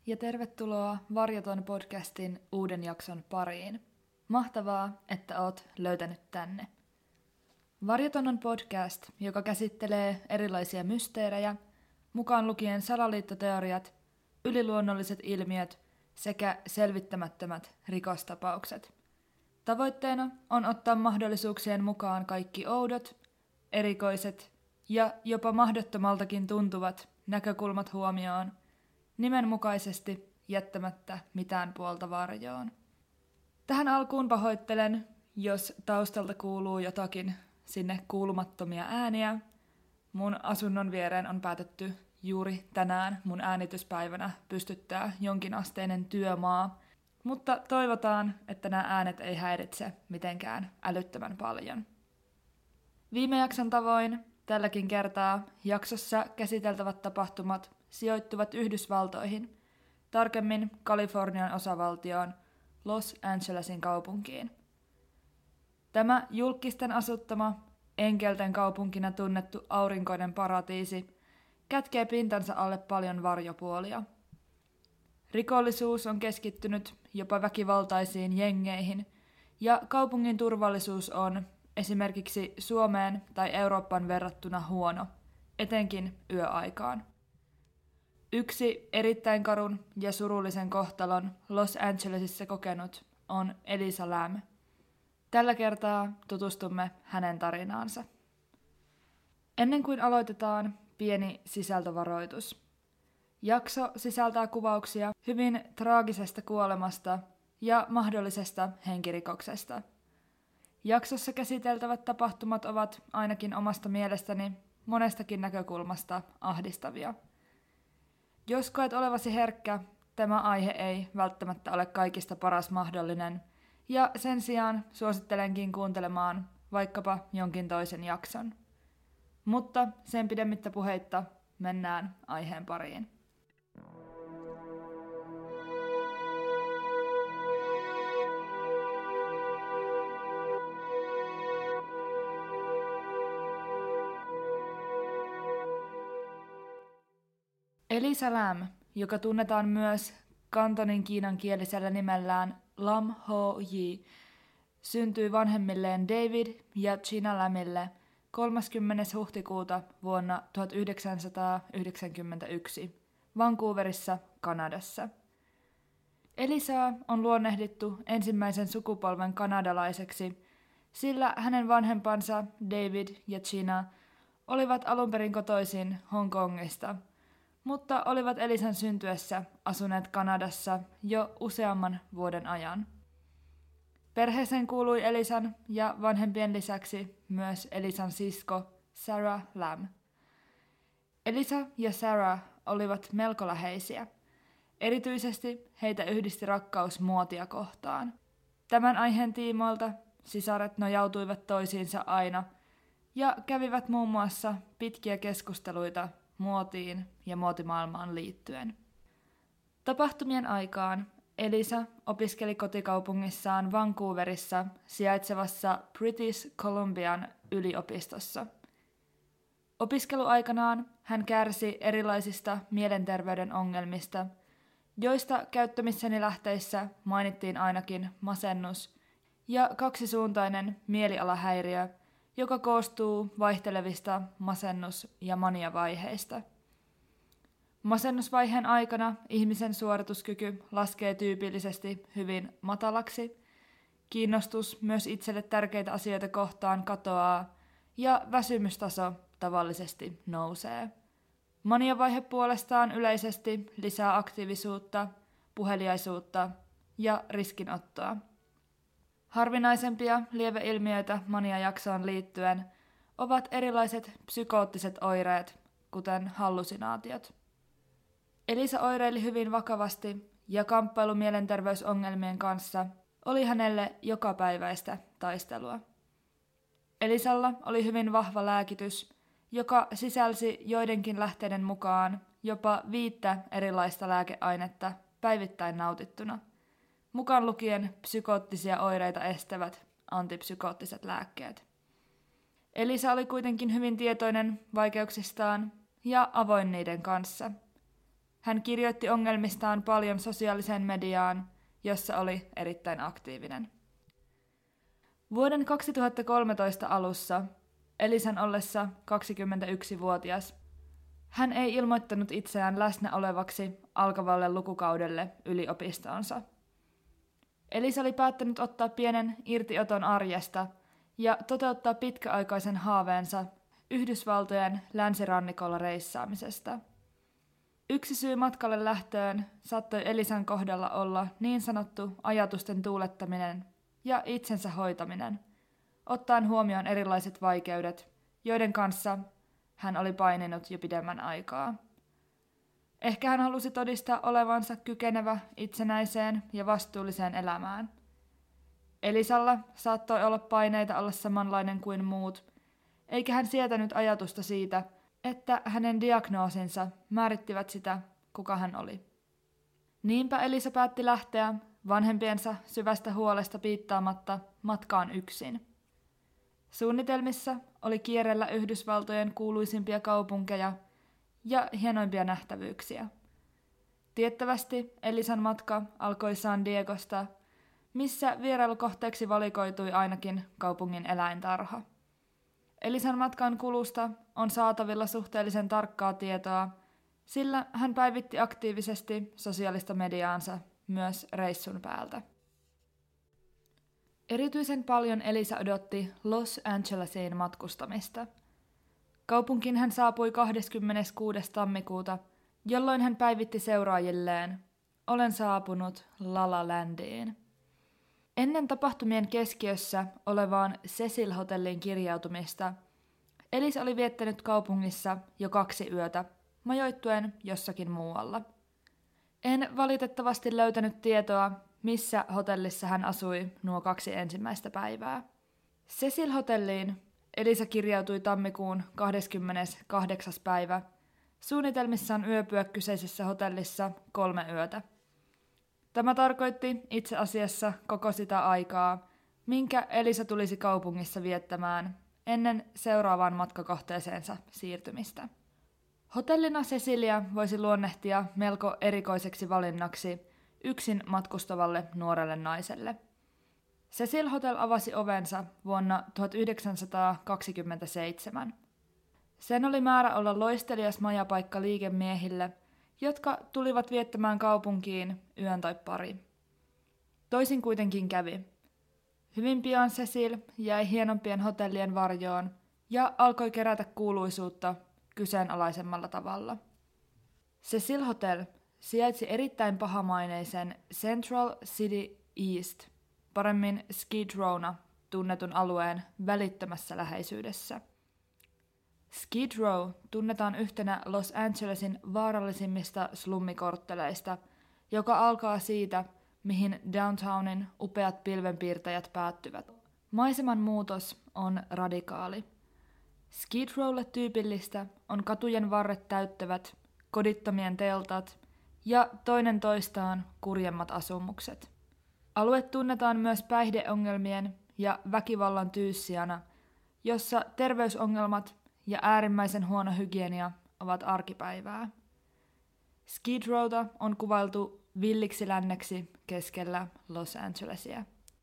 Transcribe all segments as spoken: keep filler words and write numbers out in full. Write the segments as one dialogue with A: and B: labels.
A: ja tervetuloa Varjoton podcastin uuden jakson pariin. Mahtavaa, että oot löytänyt tänne. Varjoton on podcast, joka käsittelee erilaisia mysteerejä, mukaan lukien salaliittoteoriat, yliluonnolliset ilmiöt sekä selvittämättömät rikostapaukset. Tavoitteena on ottaa mahdollisuuksien mukaan kaikki oudot, erikoiset ja jopa mahdottomaltakin tuntuvat näkökulmat huomioon, nimenmukaisesti jättämättä mitään puolta varjoon. Tähän alkuun pahoittelen, jos taustalta kuuluu jotakin sinne kuulumattomia ääniä. Mun asunnon viereen on päätetty juuri tänään mun äänityspäivänä pystyttää jonkinasteinen työmaa, mutta toivotaan, että nämä äänet ei häiritse mitenkään älyttömän paljon. Viime jakson tavoin tälläkin kertaa jaksossa käsiteltävät tapahtumat sijoittuvat Yhdysvaltoihin, tarkemmin Kalifornian osavaltioon, Los Angelesin kaupunkiin. Tämä julkisten asuttama, enkelten kaupunkina tunnettu aurinkoinen paratiisi kätkee pintansa alle paljon varjopuolia. Rikollisuus on keskittynyt jopa väkivaltaisiin jengeihin, ja kaupungin turvallisuus on esimerkiksi Suomeen tai Eurooppaan verrattuna huono, etenkin yöaikaan. Yksi erittäin karun ja surullisen kohtalon Los Angelesissa kokenut on Elisa Lam. Tällä kertaa tutustumme hänen tarinaansa. Ennen kuin aloitetaan, pieni sisältövaroitus. Jakso sisältää kuvauksia hyvin traagisesta kuolemasta ja mahdollisesta henkirikoksesta. Jaksossa käsiteltävät tapahtumat ovat ainakin omasta mielestäni monestakin näkökulmasta ahdistavia. Jos koet olevasi herkkä, tämä aihe ei välttämättä ole kaikista paras mahdollinen, ja sen sijaan suosittelenkin kuuntelemaan vaikkapa jonkin toisen jakson. Mutta sen pidemmittä puheitta mennään aiheen pariin. Elisa Lam, joka tunnetaan myös Kantonin kiinankielisellä nimellään Lam Ho Yi, syntyi vanhemmilleen David ja Gina Lamille kolmaskymmenes huhtikuuta vuonna tuhatyhdeksänsataayhdeksänkymmentäyksi Vancouverissa, Kanadassa. Elisaa on luonnehdittu ensimmäisen sukupolven kanadalaiseksi, sillä hänen vanhempansa David ja Gina olivat alun perin kotoisin Hongkongista, mutta olivat Elisan syntyessä asuneet Kanadassa jo useamman vuoden ajan. Perheeseen kuului Elisan ja vanhempien lisäksi myös Elisan sisko Sarah Lam. Elisa ja Sarah olivat melko läheisiä. Erityisesti heitä yhdisti rakkaus muotia kohtaan. Tämän aiheen tiimoilta sisaret nojautuivat toisiinsa aina ja kävivät muun muassa pitkiä keskusteluita muotiin ja muotimaailmaan liittyen. Tapahtumien aikaan Elisa opiskeli kotikaupungissaan Vancouverissa sijaitsevassa British Columbian yliopistossa. Opiskeluaikanaan hän kärsi erilaisista mielenterveyden ongelmista, joista käyttämissäni lähteissä mainittiin ainakin masennus ja kaksisuuntainen mielialahäiriö, joka koostuu vaihtelevista masennus- ja maniavaiheista. Masennusvaiheen aikana ihmisen suorituskyky laskee tyypillisesti hyvin matalaksi, kiinnostus myös itselle tärkeitä asioita kohtaan katoaa ja väsymystaso tavallisesti nousee. Maniavaihe puolestaan yleisesti lisää aktiivisuutta, puheliaisuutta ja riskinottoa. Harvinaisempia lieveilmiöitä maniajaksoon liittyen ovat erilaiset psykoottiset oireet, kuten hallusinaatiot. Elisa oireili hyvin vakavasti ja kamppailu mielenterveysongelmien kanssa oli hänelle jokapäiväistä taistelua. Elisalla oli hyvin vahva lääkitys, joka sisälsi joidenkin lähteiden mukaan jopa viittä erilaista lääkeainetta päivittäin nautittuna, mukaan lukien psykoottisia oireita estävät antipsykoottiset lääkkeet. Elisa oli kuitenkin hyvin tietoinen vaikeuksistaan ja avoin niiden kanssa. hän kirjoitti ongelmistaan paljon sosiaaliseen mediaan, jossa oli erittäin aktiivinen. Vuoden kaksituhattakolmetoista alussa, Elisan ollessa kaksikymmentäyksivuotias, hän ei ilmoittanut itseään läsnä olevaksi alkavalle lukukaudelle yliopistoonsa. Elisa oli päättänyt ottaa pienen irtioton arjesta ja toteuttaa pitkäaikaisen haaveensa Yhdysvaltojen länsirannikolla reissaamisesta. Yksi syy matkalle lähtöön saattoi Elisan kohdalla olla niin sanottu ajatusten tuulettaminen ja itsensä hoitaminen, ottaen huomioon erilaiset vaikeudet, joiden kanssa hän oli paininut jo pidemmän aikaa. Ehkä hän halusi todistaa olevansa kykenevä itsenäiseen ja vastuulliseen elämään. Elisalla saattoi olla paineita olla samanlainen kuin muut, eikä hän sietänyt ajatusta siitä, että hänen diagnoosinsa määrittivät sitä, kuka hän oli. Niinpä Elisa päätti lähteä vanhempiensa syvästä huolesta piittaamatta matkaan yksin. Suunnitelmissa oli kierrellä Yhdysvaltojen kuuluisimpia kaupunkeja ja hienoimpia nähtävyyksiä. Tiettävästi Elisan matka alkoi San Diegosta, missä vierailukohteeksi valikoitui ainakin kaupungin eläintarha. Elisan matkan kulusta on saatavilla suhteellisen tarkkaa tietoa, sillä hän päivitti aktiivisesti sosiaalista mediaansa myös reissun päältä. Erityisen paljon Elisa odotti Los Angelesiin matkustamista. Kaupunkiin hän saapui kahdeskymmeneskuudes tammikuuta, jolloin hän päivitti seuraajilleen: "Olen saapunut La La Landiin." Ennen tapahtumien keskiössä olevaan Cecil-hotelliin kirjautumista Elisa oli viettänyt kaupungissa jo kaksi yötä, majoittuen jossakin muualla. En valitettavasti löytänyt tietoa, missä hotellissa hän asui nuo kaksi ensimmäistä päivää. Cecil-hotelliin Elisa kirjautui tammikuun kahdeskymmeneskahdeksas päivä, suunnitelmissaan yöpyä kyseisessä hotellissa kolme yötä. Tämä tarkoitti itse asiassa koko sitä aikaa, minkä Elisa tulisi kaupungissa viettämään ennen seuraavaan matkakohteeseensa siirtymistä. Hotellina Cecilia voisi luonnehtia melko erikoiseksi valinnaksi yksin matkustavalle nuorelle naiselle. Cecil Hotel avasi ovensa vuonna tuhatyhdeksänsataakaksikymmentäseitsemän. Sen oli määrä olla loistelias majapaikka liikemiehille, jotka tulivat viettämään kaupunkiin yön tai pari. Toisin kuitenkin kävi. Hyvin pian Cecil jäi hienompien hotellien varjoon ja alkoi kerätä kuuluisuutta kyseenalaisemmalla tavalla. Cecil Hotel sijaitsi erittäin pahamaineisen Central City East, paremmin Skid Rowna tunnetun alueen välittömässä läheisyydessä. Skid Row tunnetaan yhtenä Los Angelesin vaarallisimmista slummikortteleista, joka alkaa siitä, mihin downtownin upeat pilvenpiirtäjät päättyvät. Maiseman muutos on radikaali. Skid Rowlle tyypillistä on katujen varret täyttävät, kodittomien teltat ja toinen toistaan kurjemmat asumukset. Alue tunnetaan myös päihdeongelmien ja väkivallan tyyssijana, jossa terveysongelmat ja äärimmäisen huono hygienia ovat arkipäivää. Skid Rowta on kuvailtu villiksi länneksi keskellä Los Angelesia.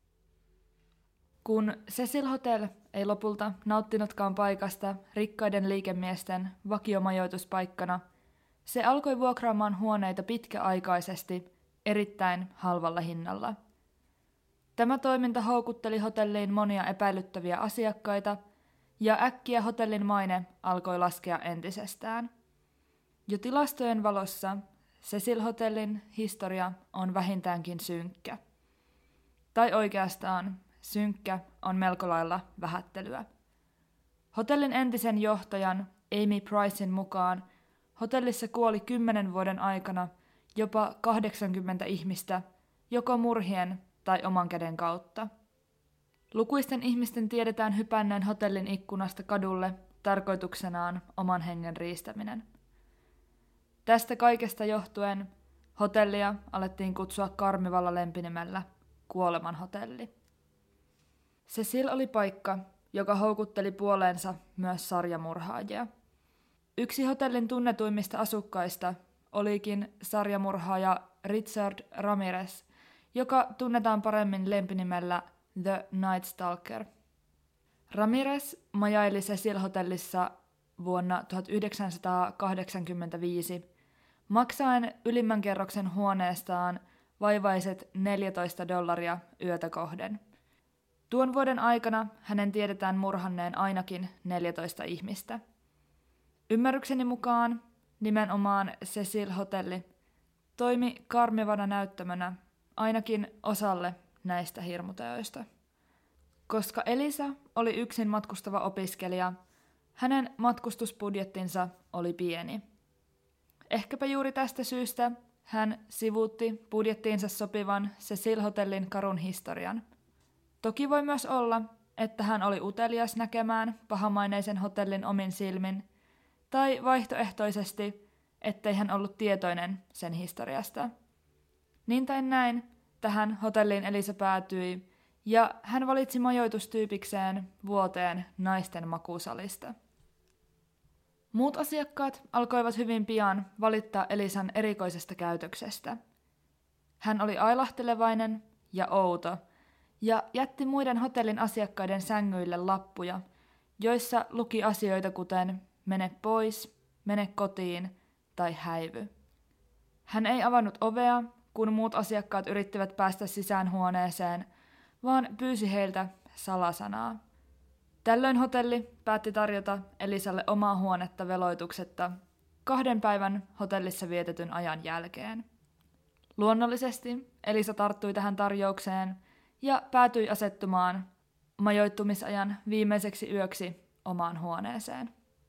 A: Kun Cecil Hotel ei lopulta nauttinutkaan paikasta rikkaiden liikemiesten vakiomajoituspaikkana, se alkoi vuokraamaan huoneita pitkäaikaisesti erittäin halvalla hinnalla. Tämä toiminta houkutteli hotelliin monia epäilyttäviä asiakkaita, ja äkkiä hotellin maine alkoi laskea entisestään. Jo tilastojen valossa Cecil Hotellin historia on vähintäänkin synkkä. Tai oikeastaan synkkä on melko lailla vähättelyä. Hotellin entisen johtajan Amy Pricein mukaan hotellissa kuoli kymmenen vuoden aikana jopa kahdeksankymmentä ihmistä joko murhien tai oman käden kautta. Lukuisten ihmisten tiedetään hypänneen hotellin ikkunasta kadulle tarkoituksenaan oman hengen riistäminen. Tästä kaikesta johtuen hotellia alettiin kutsua karmivalla lempinimellä Kuolemanhotelli. Cecil oli paikka, joka houkutteli puoleensa myös sarjamurhaajia. Yksi hotellin tunnetuimmista asukkaista olikin sarjamurhaaja Richard Ramirez, joka tunnetaan paremmin lempinimellä The Night Stalker. Ramirez majaili Cecil-hotellissa vuonna tuhatyhdeksänsataakahdeksankymmentäviisi maksaen ylimmän kerroksen huoneestaan vaivaiset neljätoista dollaria yötä kohden. Tuon vuoden aikana hänen tiedetään murhanneen ainakin neljätoista ihmistä. Ymmärrykseni mukaan nimenomaan Cecil-hotelli toimi karmivana näyttämönä ainakin osalle näistä hirmuteoista. Koska Elisa oli yksin matkustava opiskelija, hänen matkustusbudjettinsa oli pieni. Ehkäpä juuri tästä syystä hän sivuutti budjettiinsa sopivan Cecil-hotellin karun historian. Toki voi myös olla, että hän oli utelias näkemään pahamaineisen hotellin omin silmin, tai vaihtoehtoisesti, ettei hän ollut tietoinen sen historiasta. Niin tai näin, tähän hotelliin Elisa päätyi, ja hän valitsi majoitustyypikseen vuoteen naisten makuusalista. Muut asiakkaat alkoivat hyvin pian valittaa Elisan erikoisesta käytöksestä. Hän oli ailahtelevainen ja outo, ja jätti muiden hotellin asiakkaiden sängyille lappuja, joissa luki asioita kuten mene pois, mene kotiin tai häivy. Hän ei avannut ovea, kun muut asiakkaat yrittivät päästä sisään huoneeseen, vaan pyysi heiltä salasanaa. Tällöin hotelli päätti tarjota Elisalle omaa huonetta veloituksetta kahden päivän hotellissa vietetyn ajan jälkeen. Luonnollisesti Elisa tarttui tähän tarjoukseen ja päätyi asettumaan majoittumisajan viimeiseksi yöksi omaan huoneeseen.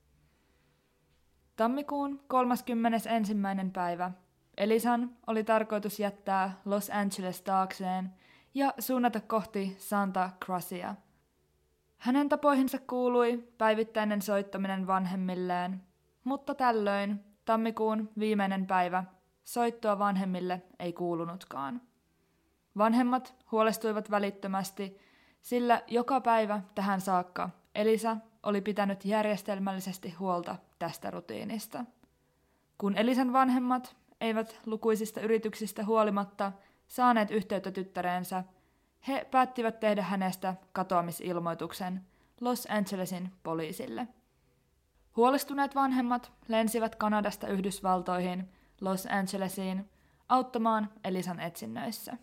A: Tammikuun kolmaskymmenesensimmäinen päivä Elisan oli tarkoitus jättää Los Angeles taakseen ja suunnata kohti Santa Cruzia. Hänen tapoihinsa kuului päivittäinen soittaminen vanhemmilleen, mutta tällöin, tammikuun viimeinen päivä, soittoa vanhemmille ei kuulunutkaan. Vanhemmat huolestuivat välittömästi, sillä joka päivä tähän saakka Elisa oli pitänyt järjestelmällisesti huolta tästä rutiinista. Kun Elisan vanhemmat eivät lukuisista yrityksistä huolimatta saaneet yhteyttä tyttäreensä, he päättivät tehdä hänestä katoamisilmoituksen Los Angelesin poliisille. Huolestuneet vanhemmat lensivät Kanadasta Yhdysvaltoihin, Los Angelesiin, auttamaan Elisan etsinnöissä.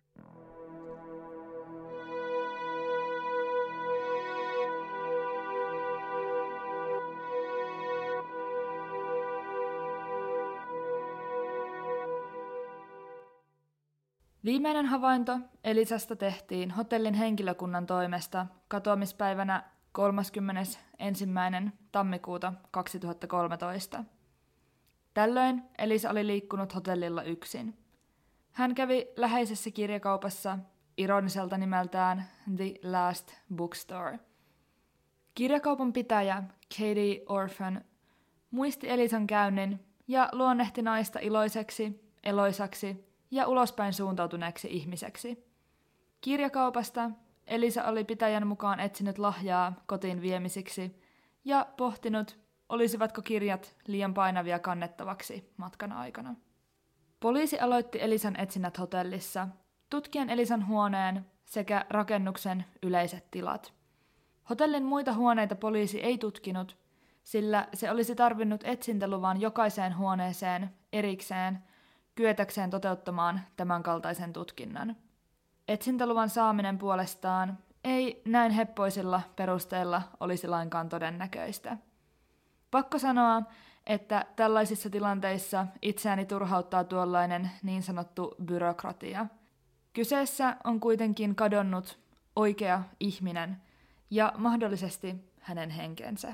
A: Viimeinen havainto Elisasta tehtiin hotellin henkilökunnan toimesta katoamispäivänä kolmaskymmenesensimmäinen tammikuuta kaksituhattakolmetoista. Tällöin Elisa oli liikkunut hotellilla yksin. Hän kävi läheisessä kirjakaupassa ironiselta nimeltään The Last Bookstore. Kirjakaupan pitäjä Katie Orphan muisti Elisan käynnin ja luonnehti naista iloiseksi, eloisaksi ja ulospäin suuntautuneeksi ihmiseksi. Kirjakaupasta Elisa oli pitäjän mukaan etsinyt lahjaa kotiin viemisiksi ja pohtinut, olisivatko kirjat liian painavia kannettavaksi matkan aikana. Poliisi aloitti Elisan etsinnät hotellissa, tutkien Elisan huoneen sekä rakennuksen yleiset tilat. Hotellin muita huoneita poliisi ei tutkinut, sillä se olisi tarvinnut etsintäluvan jokaiseen huoneeseen erikseen kyetäkseen toteuttamaan tämänkaltaisen tutkinnan. Etsintäluvan saaminen puolestaan ei näin heppoisilla perusteilla olisi lainkaan todennäköistä. Pakko sanoa, että tällaisissa tilanteissa itseäni turhauttaa tuollainen niin sanottu byrokratia. Kyseessä on kuitenkin kadonnut oikea ihminen ja mahdollisesti hänen henkensä.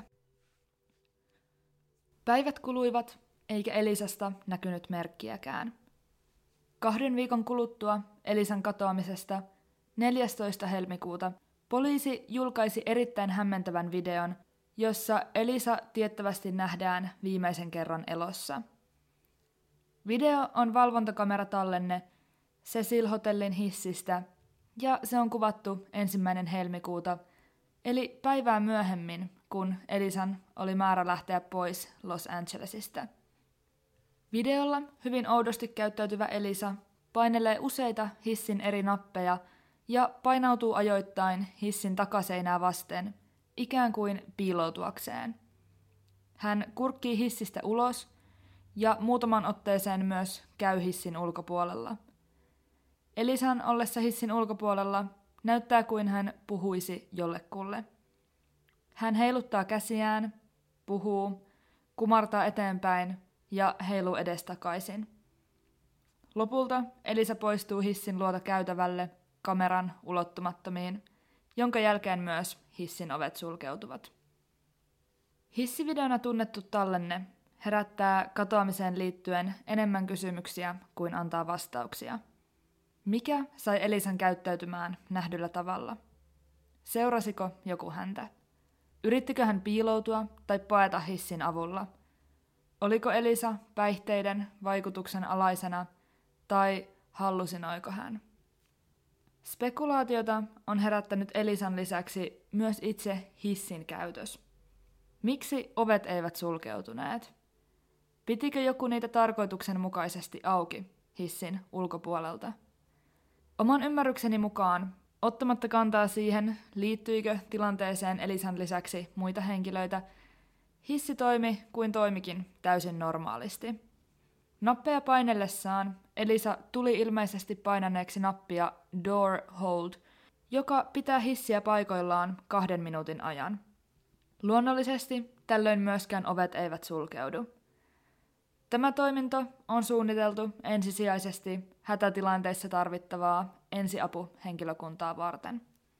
A: Päivät kuluivat, eikä Elisasta näkynyt merkkiäkään. Kahden viikon kuluttua Elisan katoamisesta neljästoista helmikuuta poliisi julkaisi erittäin hämmentävän videon, jossa Elisa tiettävästi nähdään viimeisen kerran elossa. Video on valvontakameratallenne Cecil-hotellin hissistä ja se on kuvattu ensimmäinen helmikuuta, eli päivää myöhemmin, kun Elisan oli määrä lähteä pois Los Angelesista. Videolla hyvin oudosti käyttäytyvä Elisa painelee useita hissin eri nappeja ja painautuu ajoittain hissin takaseinää vasten, ikään kuin piiloutuakseen. Hän kurkkii hissistä ulos ja muutaman otteeseen myös käy hissin ulkopuolella. Elisan ollessa hissin ulkopuolella näyttää kuin hän puhuisi jollekulle. Hän heiluttaa käsiään, puhuu, kumartaa eteenpäin ja heiluu edestakaisin. Lopulta Elisa poistuu hissin luota käytävälle kameran ulottumattomiin, jonka jälkeen myös hissin ovet sulkeutuvat. Hissivideona tunnettu tallenne herättää katoamiseen liittyen enemmän kysymyksiä kuin antaa vastauksia. Mikä sai Elisan käyttäytymään nähdyllä tavalla? Seurasiko joku häntä? Yrittikö hän piiloutua tai paeta hissin avulla? Oliko Elisa päihteiden vaikutuksen alaisena tai hallusinoiko hän? Spekulaatiota on herättänyt Elisan lisäksi myös itse hissin käytös. Miksi ovet eivät sulkeutuneet? Pitikö joku niitä tarkoituksenmukaisesti auki hissin ulkopuolelta? Oman ymmärrykseni mukaan, ottamatta kantaa siihen, liittyikö tilanteeseen Elisan lisäksi muita henkilöitä, hissi toimi kuin toimikin täysin normaalisti. Nappeja painellessaan Elisa tuli ilmeisesti painaneeksi nappia Door Hold, joka pitää hissiä paikoillaan kahden minuutin ajan. Luonnollisesti tällöin myöskään ovet eivät sulkeudu. Tämä toiminto on suunniteltu ensisijaisesti hätätilanteissa tarvittavaa ensiapuhenkilökuntaa varten.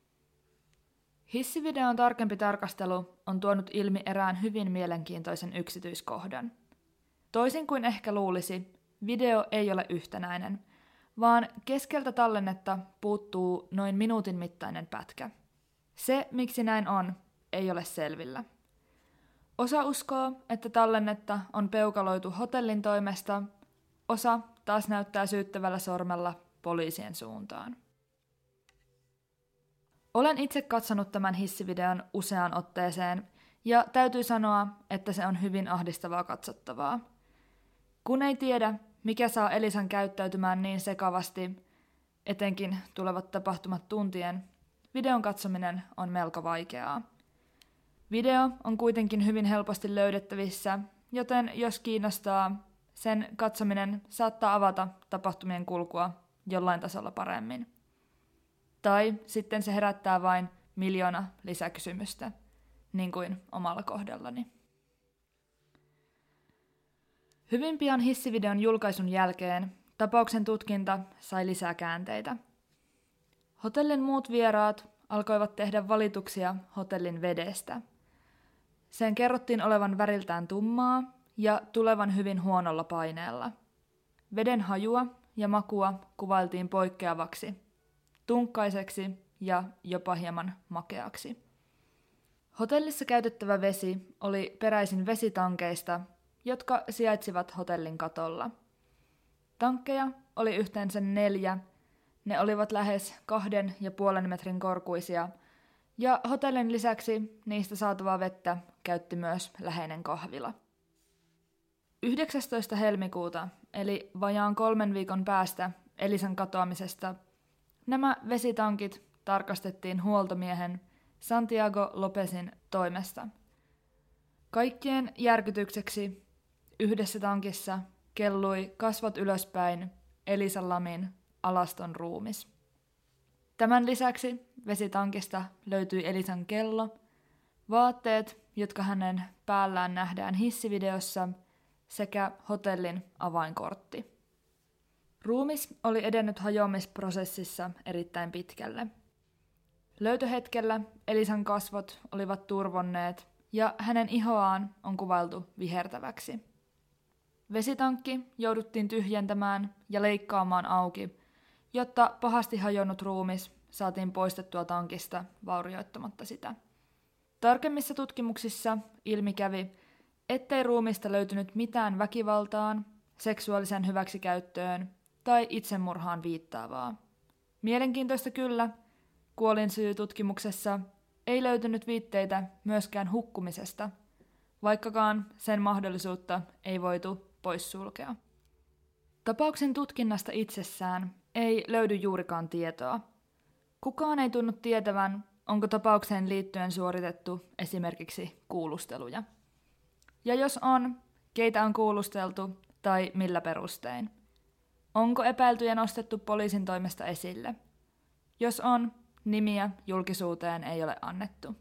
A: Hissivideon tarkempi tarkastelu on tuonut ilmi erään hyvin mielenkiintoisen yksityiskohdan. Toisin kuin ehkä luulisi, video ei ole yhtenäinen, vaan keskeltä tallennetta puuttuu noin minuutin mittainen pätkä. Se, miksi näin on, ei ole selvillä. Osa uskoo, että tallennetta on peukaloitu hotellin toimesta, osa taas näyttää syyttävällä sormella poliisien suuntaan. Olen itse katsonut tämän hissivideon useaan otteeseen ja täytyy sanoa, että se on hyvin ahdistavaa katsottavaa. Kun ei tiedä, mikä saa Elisan käyttäytymään niin sekavasti, etenkin tulevat tapahtumat tuntien, videon katsominen on melko vaikeaa. Video on kuitenkin hyvin helposti löydettävissä, joten jos kiinnostaa, sen katsominen saattaa avata tapahtumien kulkua jollain tasolla paremmin. Tai sitten se herättää vain miljoona lisäkysymystä, niin kuin omalla kohdallani. Hyvin pian hissivideon julkaisun jälkeen tapauksen tutkinta sai lisää käänteitä. Hotellin muut vieraat alkoivat tehdä valituksia hotellin vedestä. Sen kerrottiin olevan väriltään tummaa ja tulevan hyvin huonolla paineella. Veden hajua ja makua kuvailtiin poikkeavaksi, tunkkaiseksi ja jopa hieman makeaksi. Hotellissa käytettävä vesi oli peräisin vesitankeista, jotka sijaitsivat hotellin katolla. Tankkeja oli yhteensä neljä, ne olivat lähes kahden ja puolen metrin korkuisia, ja hotellin lisäksi niistä saatavaa vettä käytti myös läheinen kahvila. yhdeksästoista helmikuuta, eli vajaan kolmen viikon päästä Elisan katoamisesta, nämä vesitankit tarkastettiin huoltomiehen Santiago Lopezin toimesta. Kaikkien järkytykseksi yhdessä tankissa kellui kasvot ylöspäin Elisa Lamin alaston ruumis. Tämän lisäksi vesitankista löytyi Elisan kello, vaatteet, jotka hänen päällään nähdään hissivideossa, sekä hotellin avainkortti. Ruumis oli edennyt hajoamisprosessissa erittäin pitkälle. Löytöhetkellä Elisan kasvot olivat turvonneet ja hänen ihoaan on kuvailtu vihertäväksi. Vesitankki jouduttiin tyhjentämään ja leikkaamaan auki, jotta pahasti hajonnut ruumis saatiin poistettua tankista vaurioittamatta sitä. Tarkemmissa tutkimuksissa ilmi kävi, ettei ruumista löytynyt mitään väkivaltaan, seksuaalisen hyväksikäyttöön tai itsemurhaan viittaavaa. Mielenkiintoista kyllä, kuolinsyytutkimuksessa ei löytynyt viitteitä myöskään hukkumisesta, vaikkakaan sen mahdollisuutta ei voitu poissulkea. Tapauksen tutkinnasta itsessään ei löydy juurikaan tietoa. Kukaan ei tunnu tietävän, onko tapaukseen liittyen suoritettu esimerkiksi kuulusteluja. Ja jos on, keitä on kuulusteltu tai millä perustein? Onko epäiltyjä nostettu poliisin toimesta esille? Jos on, nimiä julkisuuteen ei ole annettu.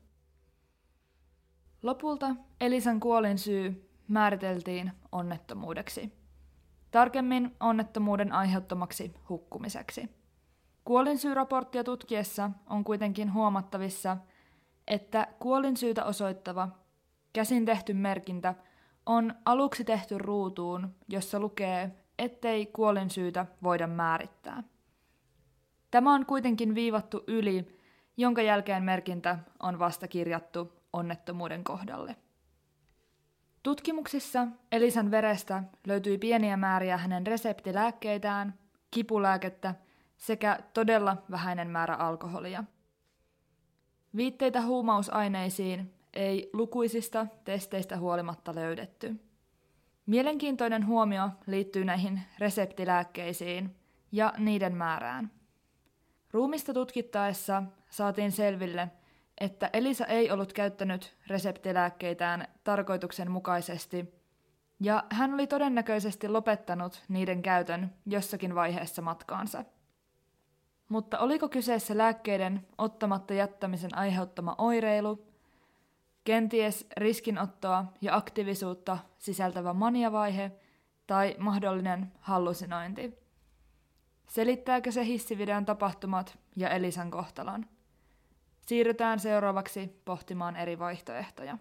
A: Lopulta Elisan kuolinsyy määriteltiin onnettomuudeksi. Tarkemmin onnettomuuden aiheuttamaksi hukkumiseksi. Kuolinsyyraporttia tutkiessa on kuitenkin huomattavissa, että kuolinsyytä osoittava käsin tehty merkintä on aluksi tehty ruutuun, jossa lukee, ettei kuolinsyytä voida määrittää. Tämä on kuitenkin viivattu yli, jonka jälkeen merkintä on vasta kirjattu onnettomuuden kohdalle. Tutkimuksissa Elisan verestä löytyi pieniä määriä hänen reseptilääkkeitään, kipulääkettä sekä todella vähäinen määrä alkoholia. Viitteitä huumausaineisiin ei lukuisista testeistä huolimatta löydetty. Mielenkiintoinen huomio liittyy näihin reseptilääkkeisiin ja niiden määrään. Ruumista tutkittaessa saatiin selville, että Elisa ei ollut käyttänyt reseptilääkkeitään tarkoituksenmukaisesti, ja hän oli todennäköisesti lopettanut niiden käytön jossakin vaiheessa matkaansa. Mutta oliko kyseessä lääkkeiden ottamatta jättämisen aiheuttama oireilu, kenties riskinottoa ja aktiivisuutta sisältävä maniavaihe tai mahdollinen hallusinointi? Selittääkö se hissivideon tapahtumat ja Elisan kohtalon? Siirrytään seuraavaksi pohtimaan eri vaihtoehtoja.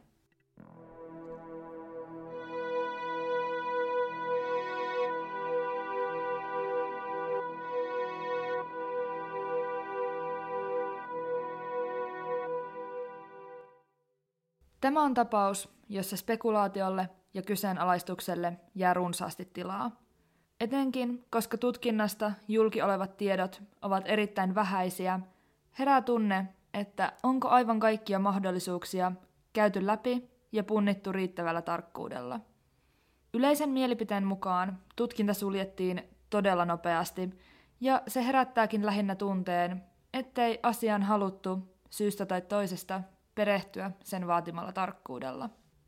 A: Tämä on tapaus, jossa spekulaatiolle ja kyseenalaistukselle jää runsaasti tilaa. Etenkin, koska tutkinnasta julki olevat tiedot ovat erittäin vähäisiä, herää tunne, että onko aivan kaikkia mahdollisuuksia käyty läpi ja punnittu riittävällä tarkkuudella. Yleisen mielipiteen mukaan tutkinta suljettiin todella nopeasti, ja se herättääkin lähinnä tunteen, ettei asiaan haluttu syystä tai toisesta perehtyä sen vaatimalla tarkkuudella.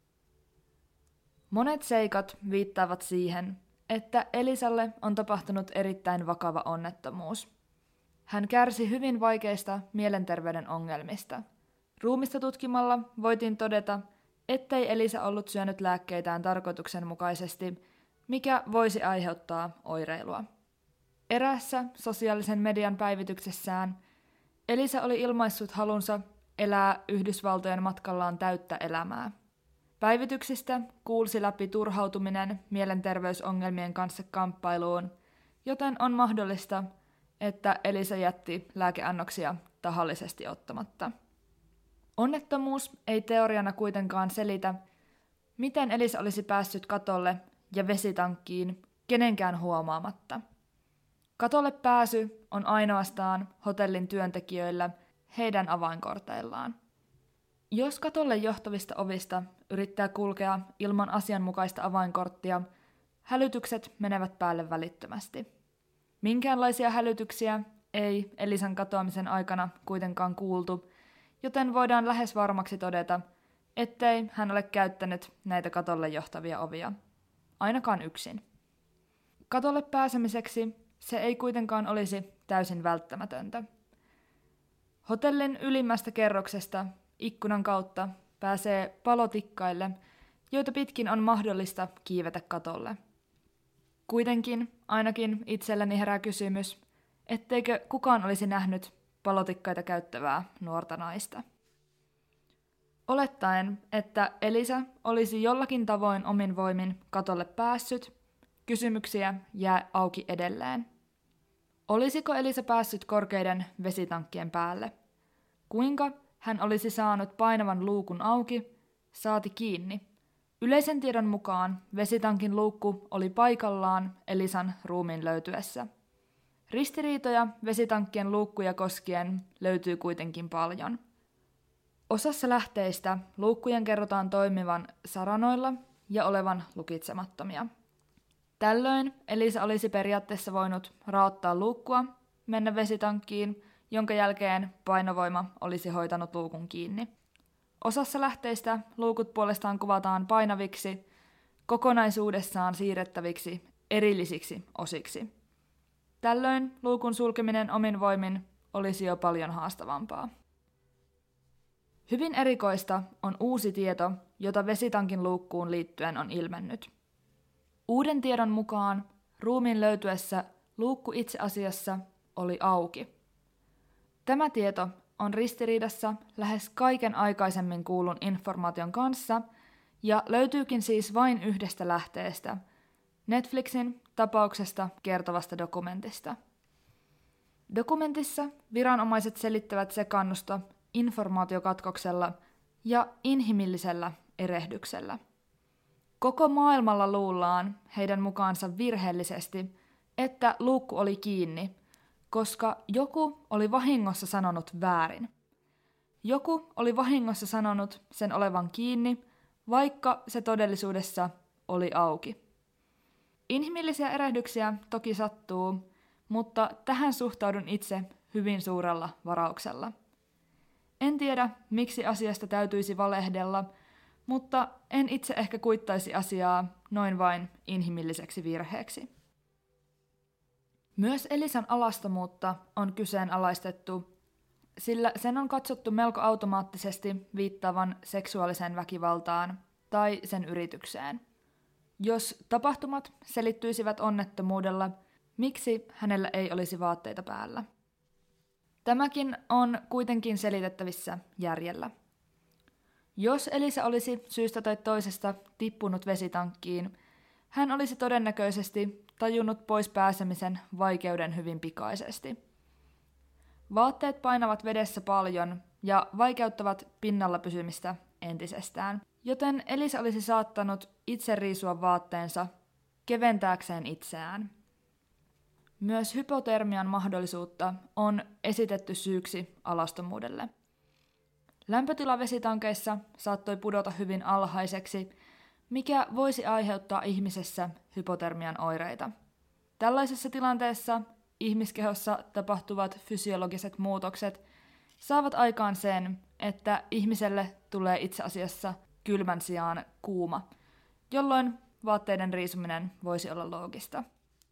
A: Monet seikat viittaavat siihen, että Elisalle on tapahtunut erittäin vakava onnettomuus. Hän kärsi hyvin vaikeista mielenterveyden ongelmista. Ruumista tutkimalla voitiin todeta, ettei Elisa ollut syönyt lääkkeitään tarkoituksenmukaisesti, mikä voisi aiheuttaa oireilua. Eräässä sosiaalisen median päivityksessään Elisa oli ilmaissut halunsa elää Yhdysvaltojen matkallaan täyttä elämää. Päivityksistä kuulsi läpi turhautuminen mielenterveysongelmien kanssa kamppailuun, joten on mahdollista, että Elisa jätti lääkeannoksia tahallisesti ottamatta. Onnettomuus ei teoriana kuitenkaan selitä, miten Elisa olisi päässyt katolle ja vesitankkiin kenenkään huomaamatta. Katolle pääsy on ainoastaan hotellin työntekijöillä heidän avainkorteillaan. Jos katolle johtavista ovista yrittää kulkea ilman asianmukaista avainkorttia, hälytykset menevät päälle välittömästi. Minkäänlaisia hälytyksiä ei Elisan katoamisen aikana kuitenkaan kuultu, joten voidaan lähes varmaksi todeta, ettei hän ole käyttänyt näitä katolle johtavia ovia. Ainakaan yksin. Katolle pääsemiseksi se ei kuitenkaan olisi täysin välttämätöntä. Hotellin ylimmästä kerroksesta ikkunan kautta pääsee palotikkaille, joita pitkin on mahdollista kiivetä katolle. Kuitenkin ainakin itselleni herää kysymys, etteikö kukaan olisi nähnyt palotikkaita käyttävää nuorta naista. Olettaen, että Elisa olisi jollakin tavoin omin voimin katolle päässyt, kysymyksiä jää auki edelleen. Olisiko Elisa päässyt korkeiden vesitankkien päälle? Kuinka hän olisi saanut painavan luukun auki, saati kiinni? Yleisen tiedon mukaan vesitankin luukku oli paikallaan Elisan ruumiin löytyessä. Ristiriitoja vesitankkien luukkuja koskien löytyy kuitenkin paljon. Osassa lähteistä luukkujen kerrotaan toimivan saranoilla ja olevan lukitsemattomia. Tällöin Elisa olisi periaatteessa voinut raottaa luukkua, mennä vesitankkiin, jonka jälkeen painovoima olisi hoitanut luukun kiinni. Osassa lähteistä luukut puolestaan kuvataan painaviksi, kokonaisuudessaan siirrettäviksi erillisiksi osiksi. Tällöin luukun sulkeminen omin voimin olisi jo paljon haastavampaa. Hyvin erikoista on uusi tieto, jota vesitankin luukkuun liittyen on ilmennyt. Uuden tiedon mukaan ruumiin löytyessä luukku itse asiassa oli auki. Tämä tieto on ristiriidassa lähes kaiken aikaisemmin kuulun informaation kanssa ja löytyykin siis vain yhdestä lähteestä, Netflixin tapauksesta kertovasta dokumentista. Dokumentissa viranomaiset selittävät sekaannusta informaatiokatkoksella ja inhimillisellä erehdyksellä. Koko maailmalla luullaan heidän mukaansa virheellisesti, että luukku oli kiinni, koska joku oli vahingossa sanonut väärin. Joku oli vahingossa sanonut sen olevan kiinni, vaikka se todellisuudessa oli auki. Inhimillisiä erehdyksiä toki sattuu, mutta tähän suhtaudun itse hyvin suurella varauksella. En tiedä, miksi asiasta täytyisi valehdella, mutta en itse ehkä kuittaisi asiaa noin vain inhimilliseksi virheeksi. Myös Elisan alastomuutta on kyseenalaistettu, sillä sen on katsottu melko automaattisesti viittaavan seksuaaliseen väkivaltaan tai sen yritykseen. Jos tapahtumat selittyisivät onnettomuudella, miksi hänellä ei olisi vaatteita päällä? Tämäkin on kuitenkin selitettävissä järjellä. Jos Elisa olisi syystä tai toisesta tippunut vesitankkiin, hän olisi todennäköisesti tajunnut pois pääsemisen vaikeuden hyvin pikaisesti. Vaatteet painavat vedessä paljon ja vaikeuttavat pinnalla pysymistä entisestään, joten Elisa olisi saattanut itse riisua vaatteensa keventääkseen itseään. Myös hypotermian mahdollisuutta on esitetty syyksi alastomuudelle. Lämpötila vesitankeissa saattoi pudota hyvin alhaiseksi, mikä voisi aiheuttaa ihmisessä hypotermian oireita. Tällaisessa tilanteessa ihmiskehossa tapahtuvat fysiologiset muutokset saavat aikaan sen, että ihmiselle tulee itse asiassa kylmän sijaan kuuma, jolloin vaatteiden riisuminen voisi olla loogista.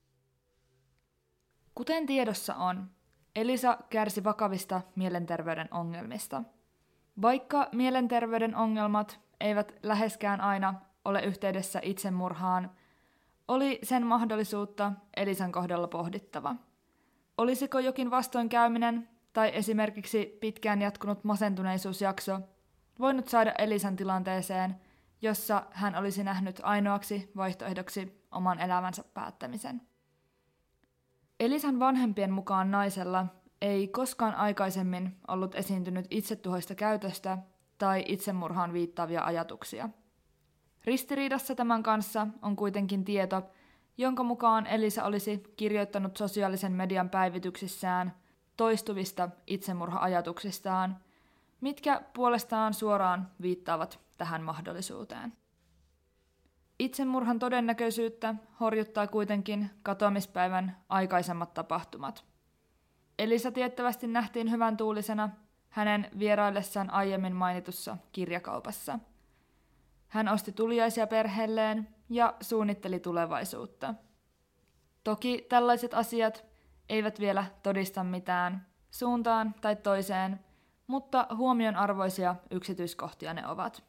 A: Kuten tiedossa on, Elisa kärsi vakavista mielenterveyden ongelmista. Vaikka mielenterveyden ongelmat eivät läheskään aina ole yhteydessä itsemurhaan, oli sen mahdollisuutta Elisan kohdalla pohdittava. Olisiko jokin vastoinkäyminen tai esimerkiksi pitkään jatkunut masentuneisuusjakso voinut saada Elisan tilanteeseen, jossa hän olisi nähnyt ainoaksi vaihtoehdoksi oman elämänsä päättämisen? Elisan vanhempien mukaan naisella ei koskaan aikaisemmin ollut esiintynyt itsetuhoista käytöstä tai itsemurhaan viittaavia ajatuksia. Ristiriidassa tämän kanssa on kuitenkin tieto, jonka mukaan Elisa olisi kirjoittanut sosiaalisen median päivityksissään toistuvista itsemurha-ajatuksistaan, mitkä puolestaan suoraan viittaavat tähän mahdollisuuteen. Itsemurhan todennäköisyyttä horjuttaa kuitenkin katoamispäivän aikaisemmat tapahtumat. Elisa tiettävästi nähtiin hyvän tuulisena hänen vieraillessaan aiemmin mainitussa kirjakaupassa. Hän osti tuliaisia perheelleen ja suunnitteli tulevaisuutta. Toki tällaiset asiat eivät vielä todista mitään suuntaan tai toiseen, mutta huomionarvoisia yksityiskohtia ne ovat.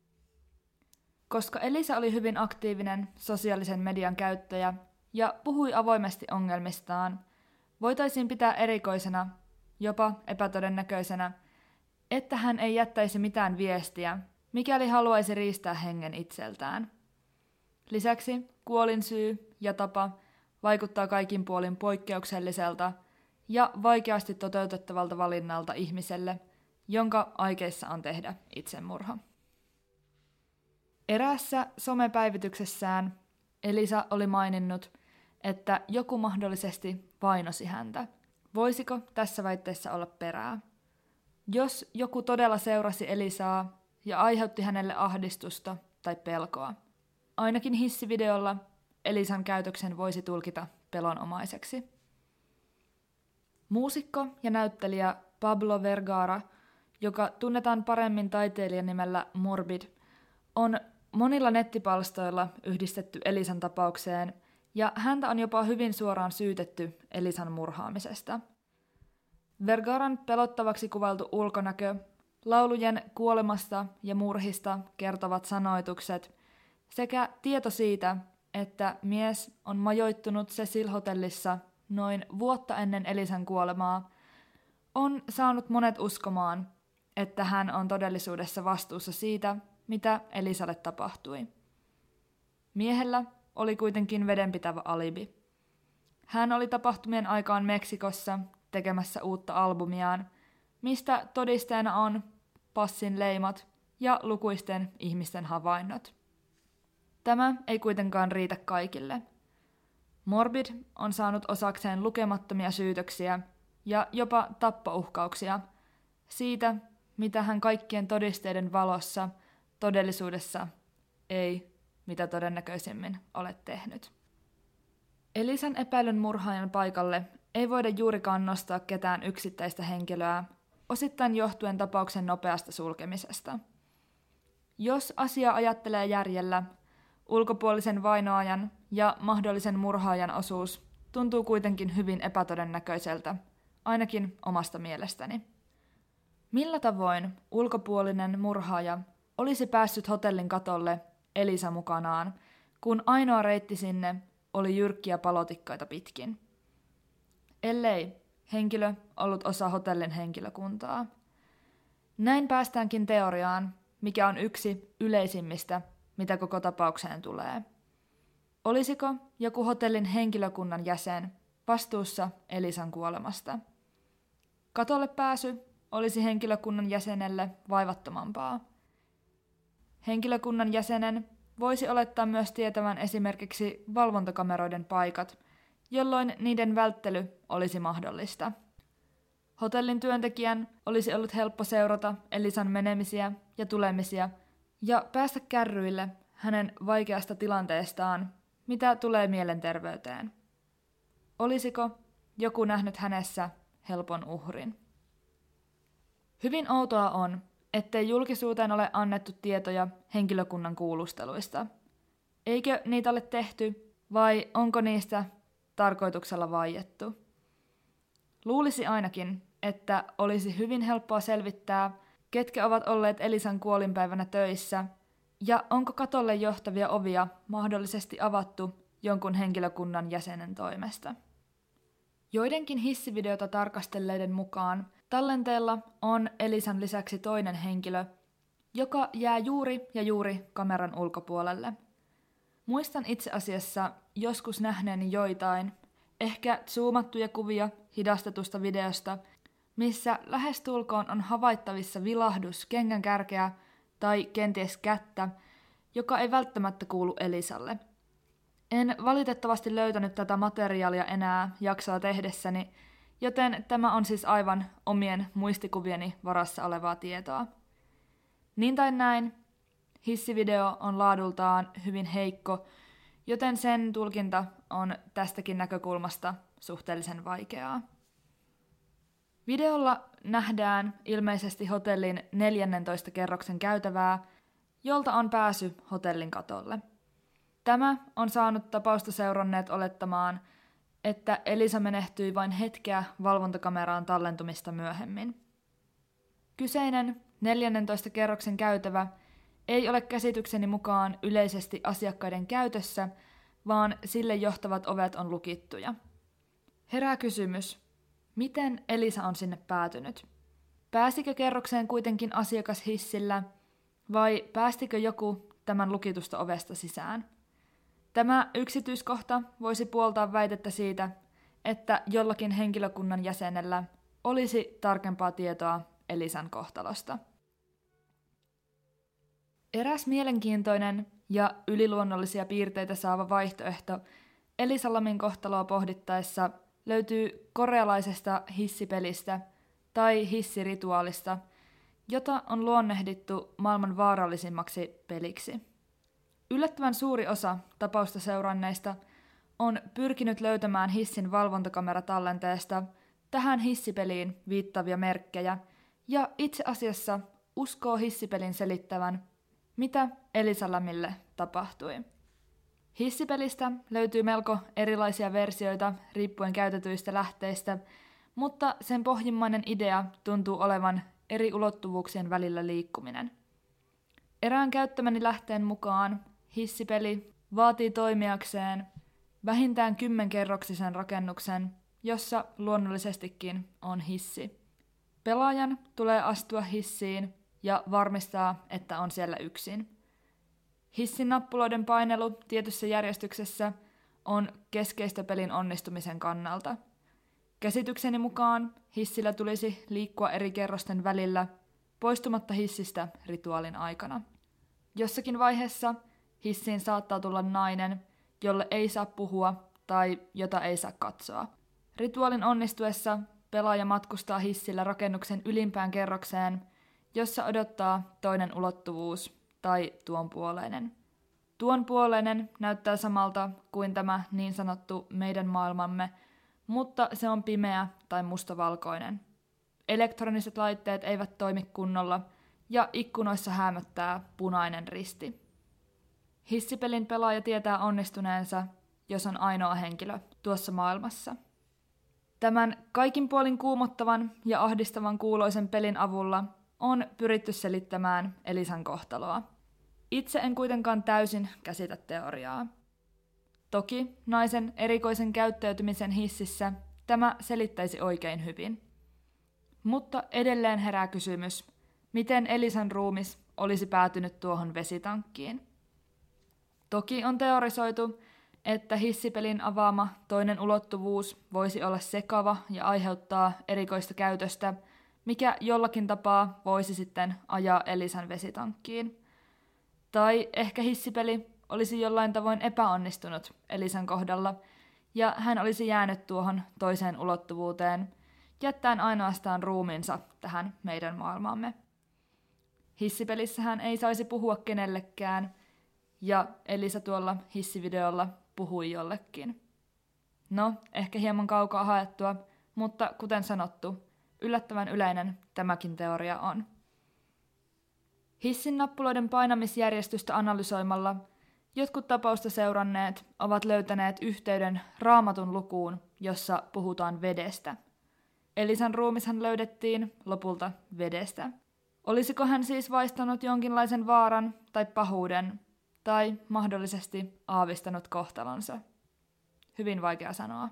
A: Koska Elisa oli hyvin aktiivinen sosiaalisen median käyttäjä ja puhui avoimesti ongelmistaan, voitaisiin pitää erikoisena, jopa epätodennäköisenä, että hän ei jättäisi mitään viestiä, mikäli haluaisi riistää hengen itseltään. Lisäksi kuolinsyy ja tapa vaikuttaa kaikin puolin poikkeukselliselta ja vaikeasti toteutettavalta valinnalta ihmiselle, jonka aikeissa on tehdä itsemurha. Eräässä somepäivityksessään Elisa oli maininnut, että joku mahdollisesti vainosi häntä. Voisiko tässä väitteessä olla perää? Jos joku todella seurasi Elisaa ja aiheutti hänelle ahdistusta tai pelkoa, ainakin hissivideolla Elisan käytöksen voisi tulkita pelonomaiseksi. Muusikko ja näyttelijä Pablo Vergara, joka tunnetaan paremmin taiteilijan nimellä Morbid, on monilla nettipalstoilla yhdistetty Elisan tapaukseen, ja häntä on jopa hyvin suoraan syytetty Elisan murhaamisesta. Vergaran pelottavaksi kuvailtu ulkonäkö, laulujen kuolemasta ja murhista kertovat sanoitukset sekä tieto siitä, että mies on majoittunut Cecil-hotellissa noin vuotta ennen Elisan kuolemaa, on saanut monet uskomaan, että hän on todellisuudessa vastuussa siitä, mitä Elisalle tapahtui. Miehellä oli kuitenkin vedenpitävä alibi. Hän oli tapahtumien aikaan Meksikossa tekemässä uutta albumiaan, mistä todisteena on passin leimat ja lukuisten ihmisten havainnot. Tämä ei kuitenkaan riitä kaikille. Morbid on saanut osakseen lukemattomia syytöksiä ja jopa tappouhkauksia siitä, mitä hän kaikkien todisteiden valossa todellisuudessa ei mitä todennäköisimmin ole tehnyt. Elisan epäilyn murhaajan paikalle ei voida juurikaan nostaa ketään yksittäistä henkilöä, osittain johtuen tapauksen nopeasta sulkemisesta. Jos asia ajattelee järjellä, ulkopuolisen vainoajan ja mahdollisen murhaajan osuus tuntuu kuitenkin hyvin epätodennäköiseltä, ainakin omasta mielestäni. Millä tavoin ulkopuolinen murhaaja olisi päässyt hotellin katolle Elisa mukanaan, kun ainoa reitti sinne oli jyrkkiä palotikkaita pitkin? Ellei henkilö ollut osa hotellin henkilökuntaa. Näin päästäänkin teoriaan, mikä on yksi yleisimmistä, mitä koko tapaukseen tulee. Olisiko joku hotellin henkilökunnan jäsen vastuussa Elisan kuolemasta? Katolle pääsy olisi henkilökunnan jäsenelle vaivattomampaa. Henkilökunnan jäsenen voisi olettaa myös tietävän esimerkiksi valvontakameroiden paikat, jolloin niiden välttely olisi mahdollista. Hotellin työntekijän olisi ollut helppo seurata Elisan menemisiä ja tulemisia ja päästä kärryille hänen vaikeasta tilanteestaan, mitä tulee mielenterveyteen. Olisiko joku nähnyt hänessä helpon uhrin? Hyvin outoa on, ettei julkisuuteen ole annettu tietoja henkilökunnan kuulusteluista. Eikö niitä ole tehty vai onko niistä tarkoituksella vaiettu? Luulisi ainakin, että olisi hyvin helppoa selvittää, ketkä ovat olleet Elisan kuolinpäivänä töissä ja onko katolle johtavia ovia mahdollisesti avattu jonkun henkilökunnan jäsenen toimesta. Joidenkin hissivideota tarkastelleiden mukaan tallenteella on Elisan lisäksi toinen henkilö, joka jää juuri ja juuri kameran ulkopuolelle. Muistan itse asiassa joskus nähneeni joitain, ehkä zoomattuja kuvia hidastetusta videosta, missä lähestulkoon on havaittavissa vilahdus kengän kärkeä tai kenties kättä, joka ei välttämättä kuulu Elisalle. En valitettavasti löytänyt tätä materiaalia enää jaksoa tehdessäni, joten tämä on siis aivan omien muistikuvieni varassa olevaa tietoa. Niin tai näin, hissivideo on laadultaan hyvin heikko, joten sen tulkinta on tästäkin näkökulmasta suhteellisen vaikeaa. Videolla nähdään ilmeisesti hotellin neljännentoista kerroksen käytävää, jolta on pääsy hotellin katolle. Tämä on saanut tapausta seuranneet olettamaan, että Elisa menehtyi vain hetkeä valvontakameraan tallentumista myöhemmin. Kyseinen neljännentoista kerroksen käytävä ei ole käsitykseni mukaan yleisesti asiakkaiden käytössä, vaan sille johtavat ovet on lukittuja. Herää kysymys, miten Elisa on sinne päätynyt? Pääsikö kerrokseen kuitenkin asiakas hissillä, vai päästikö joku tämän lukitusta ovesta sisään? Tämä yksityiskohta voisi puoltaa väitettä siitä, että jollakin henkilökunnan jäsenellä olisi tarkempaa tietoa Elisan kohtalosta. Eräs mielenkiintoinen ja yliluonnollisia piirteitä saava vaihtoehto Elisa Lamin kohtaloa pohdittaessa löytyy korealaisesta hissipelistä tai hissirituaalista, jota on luonnehdittu maailman vaarallisimmaksi peliksi. Yllättävän suuri osa tapausta seuranneista on pyrkinyt löytämään hissin valvontakameratallenteesta tähän hissipeliin viittaavia merkkejä ja itse asiassa uskoo hissipelin selittävän, mitä Elisa Lamille tapahtui. Hissipelistä löytyy melko erilaisia versioita riippuen käytetyistä lähteistä, mutta sen pohjimmainen idea tuntuu olevan eri ulottuvuuksien välillä liikkuminen. Erään käyttämäni lähteen mukaan hissipeli vaatii toimijakseen vähintään kymmenkerroksisen rakennuksen, jossa luonnollisestikin on hissi. Pelaajan tulee astua hissiin ja varmistaa, että on siellä yksin. Hissin nappuloiden painelu tietyssä järjestyksessä on keskeistä pelin onnistumisen kannalta. Käsitykseni mukaan hissillä tulisi liikkua eri kerrosten välillä, poistumatta hissistä rituaalin aikana. Jossakin vaiheessa hissiin saattaa tulla nainen, jolle ei saa puhua tai jota ei saa katsoa. Rituaalin onnistuessa pelaaja matkustaa hissillä rakennuksen ylimpään kerrokseen, jossa odottaa toinen ulottuvuus tai tuonpuoleinen. Tuonpuoleinen näyttää samalta kuin tämä niin sanottu meidän maailmamme, mutta se on pimeä tai mustavalkoinen. Elektroniset laitteet eivät toimi kunnolla ja ikkunoissa häämöttää punainen risti. Hissipelin pelaaja tietää onnistuneensa, jos on ainoa henkilö tuossa maailmassa. Tämän kaikin puolin kuumottavan ja ahdistavan kuuloisen pelin avulla on pyritty selittämään Elisan kohtaloa. Itse en kuitenkaan täysin käsitä teoriaa. Toki naisen erikoisen käyttäytymisen hississä tämä selittäisi oikein hyvin. Mutta edelleen herää kysymys, miten Elisan ruumis olisi päätynyt tuohon vesitankkiin. Toki on teorisoitu, että hissipelin avaama toinen ulottuvuus voisi olla sekava ja aiheuttaa erikoista käytöstä, mikä jollakin tapaa voisi sitten ajaa Elisan vesitankkiin. Tai ehkä hissipeli olisi jollain tavoin epäonnistunut Elisan kohdalla, ja hän olisi jäänyt tuohon toiseen ulottuvuuteen, jättäen ainoastaan ruumiinsa tähän meidän maailmaamme. Hissipelissä hän ei saisi puhua kenellekään, ja Elisa tuolla hissivideolla puhui jollekin. No, ehkä hieman kaukaa haettua, mutta kuten sanottu, yllättävän yleinen tämäkin teoria on. Hissin nappuloiden painamisjärjestystä analysoimalla jotkut tapausta seuranneet ovat löytäneet yhteyden Raamatun lukuun, jossa puhutaan vedestä. Elisan ruumishan löydettiin lopulta vedestä. Olisiko hän siis vaistanut jonkinlaisen vaaran tai pahuuden, tai mahdollisesti aavistanut kohtalonsa? Hyvin vaikea sanoa.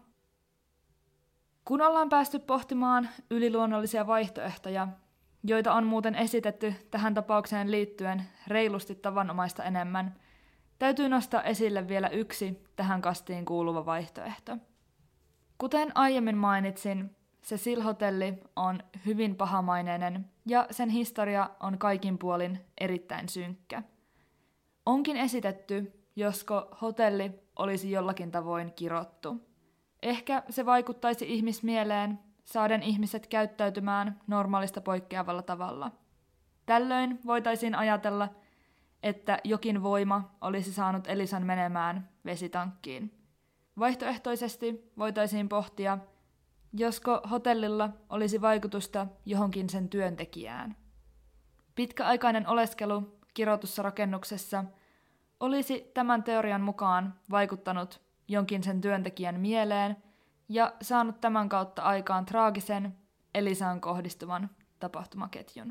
A: Kun ollaan päästy pohtimaan yliluonnollisia vaihtoehtoja, joita on muuten esitetty tähän tapaukseen liittyen reilusti tavanomaista enemmän, täytyy nostaa esille vielä yksi tähän kastiin kuuluva vaihtoehto. Kuten aiemmin mainitsin, Cecil-hotelli on hyvin pahamaineinen ja sen historia on kaikin puolin erittäin synkkä. Onkin esitetty, josko hotelli olisi jollakin tavoin kirottu. Ehkä se vaikuttaisi ihmismieleen, saaden ihmiset käyttäytymään normaalista poikkeavalla tavalla. Tällöin voitaisiin ajatella, että jokin voima olisi saanut Elisan menemään vesitankkiin. Vaihtoehtoisesti voitaisiin pohtia, josko hotellilla olisi vaikutusta johonkin sen työntekijään. Pitkäaikainen oleskelu kirotussa rakennuksessa olisi tämän teorian mukaan vaikuttanut jonkin sen työntekijän mieleen ja saanut tämän kautta aikaan traagisen Elisaan kohdistuvan tapahtumaketjun.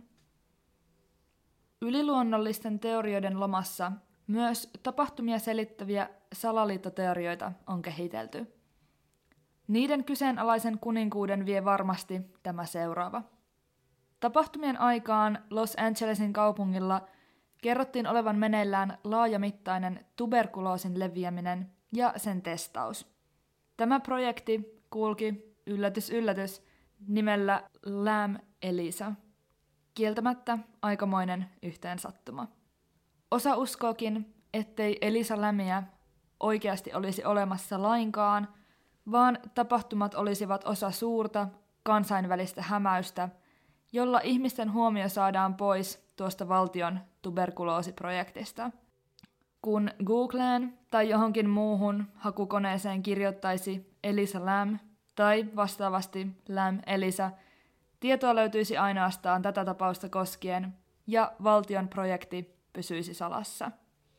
A: Yliluonnollisten teorioiden lomassa myös tapahtumia selittäviä salaliittoteorioita on kehitelty. Niiden kyseenalaisen kuninkuuden vie varmasti tämä seuraava. Tapahtumien aikaan Los Angelesin kaupungilla kerrottiin olevan meneillään laajamittainen tuberkuloosin leviäminen ja sen testaus. Tämä projekti kulki, yllätys yllätys, nimellä Lam Elisa. Kieltämättä aikamoinen yhteensattuma. Osa uskookin, ettei Elisa Lamia oikeasti olisi olemassa lainkaan, vaan tapahtumat olisivat osa suurta kansainvälistä hämäystä, jolla ihmisten huomio saadaan pois tuosta valtion tuberkuloosiprojektista. kun Googleen tai johonkin muuhun hakukoneeseen kirjoittaisi Elisa Lam tai vastaavasti Lam Elisa, tietoa löytyisi ainoastaan tätä tapausta koskien ja valtion projekti pysyisi salassa.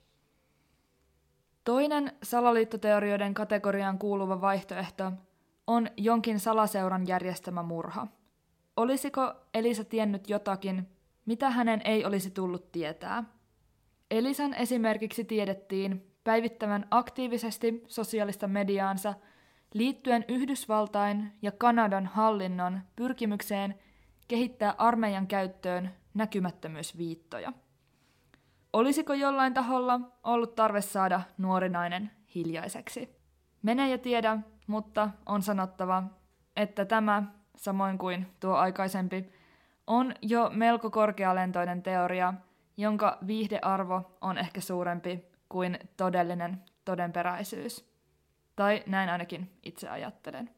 A: Toinen salaliittoteorioiden kategoriaan kuuluva vaihtoehto on jonkin salaseuran järjestämä murha. Olisiko Elisa tiennyt jotakin, mitä hänen ei olisi tullut tietää? Elisan esimerkiksi tiedettiin päivittävän aktiivisesti sosiaalista mediaansa liittyen Yhdysvaltain ja Kanadan hallinnon pyrkimykseen kehittää armeijan käyttöön näkymättömyysviittoja. Olisiko jollain taholla ollut tarve saada nuori nainen hiljaiseksi? Mene ja tiedä, mutta on sanottava, että tämä, samoin kuin tuo aikaisempi, on jo melko korkealentoinen teoria, jonka viihdearvo on ehkä suurempi kuin todellinen todenperäisyys. Tai näin ainakin itse ajattelen.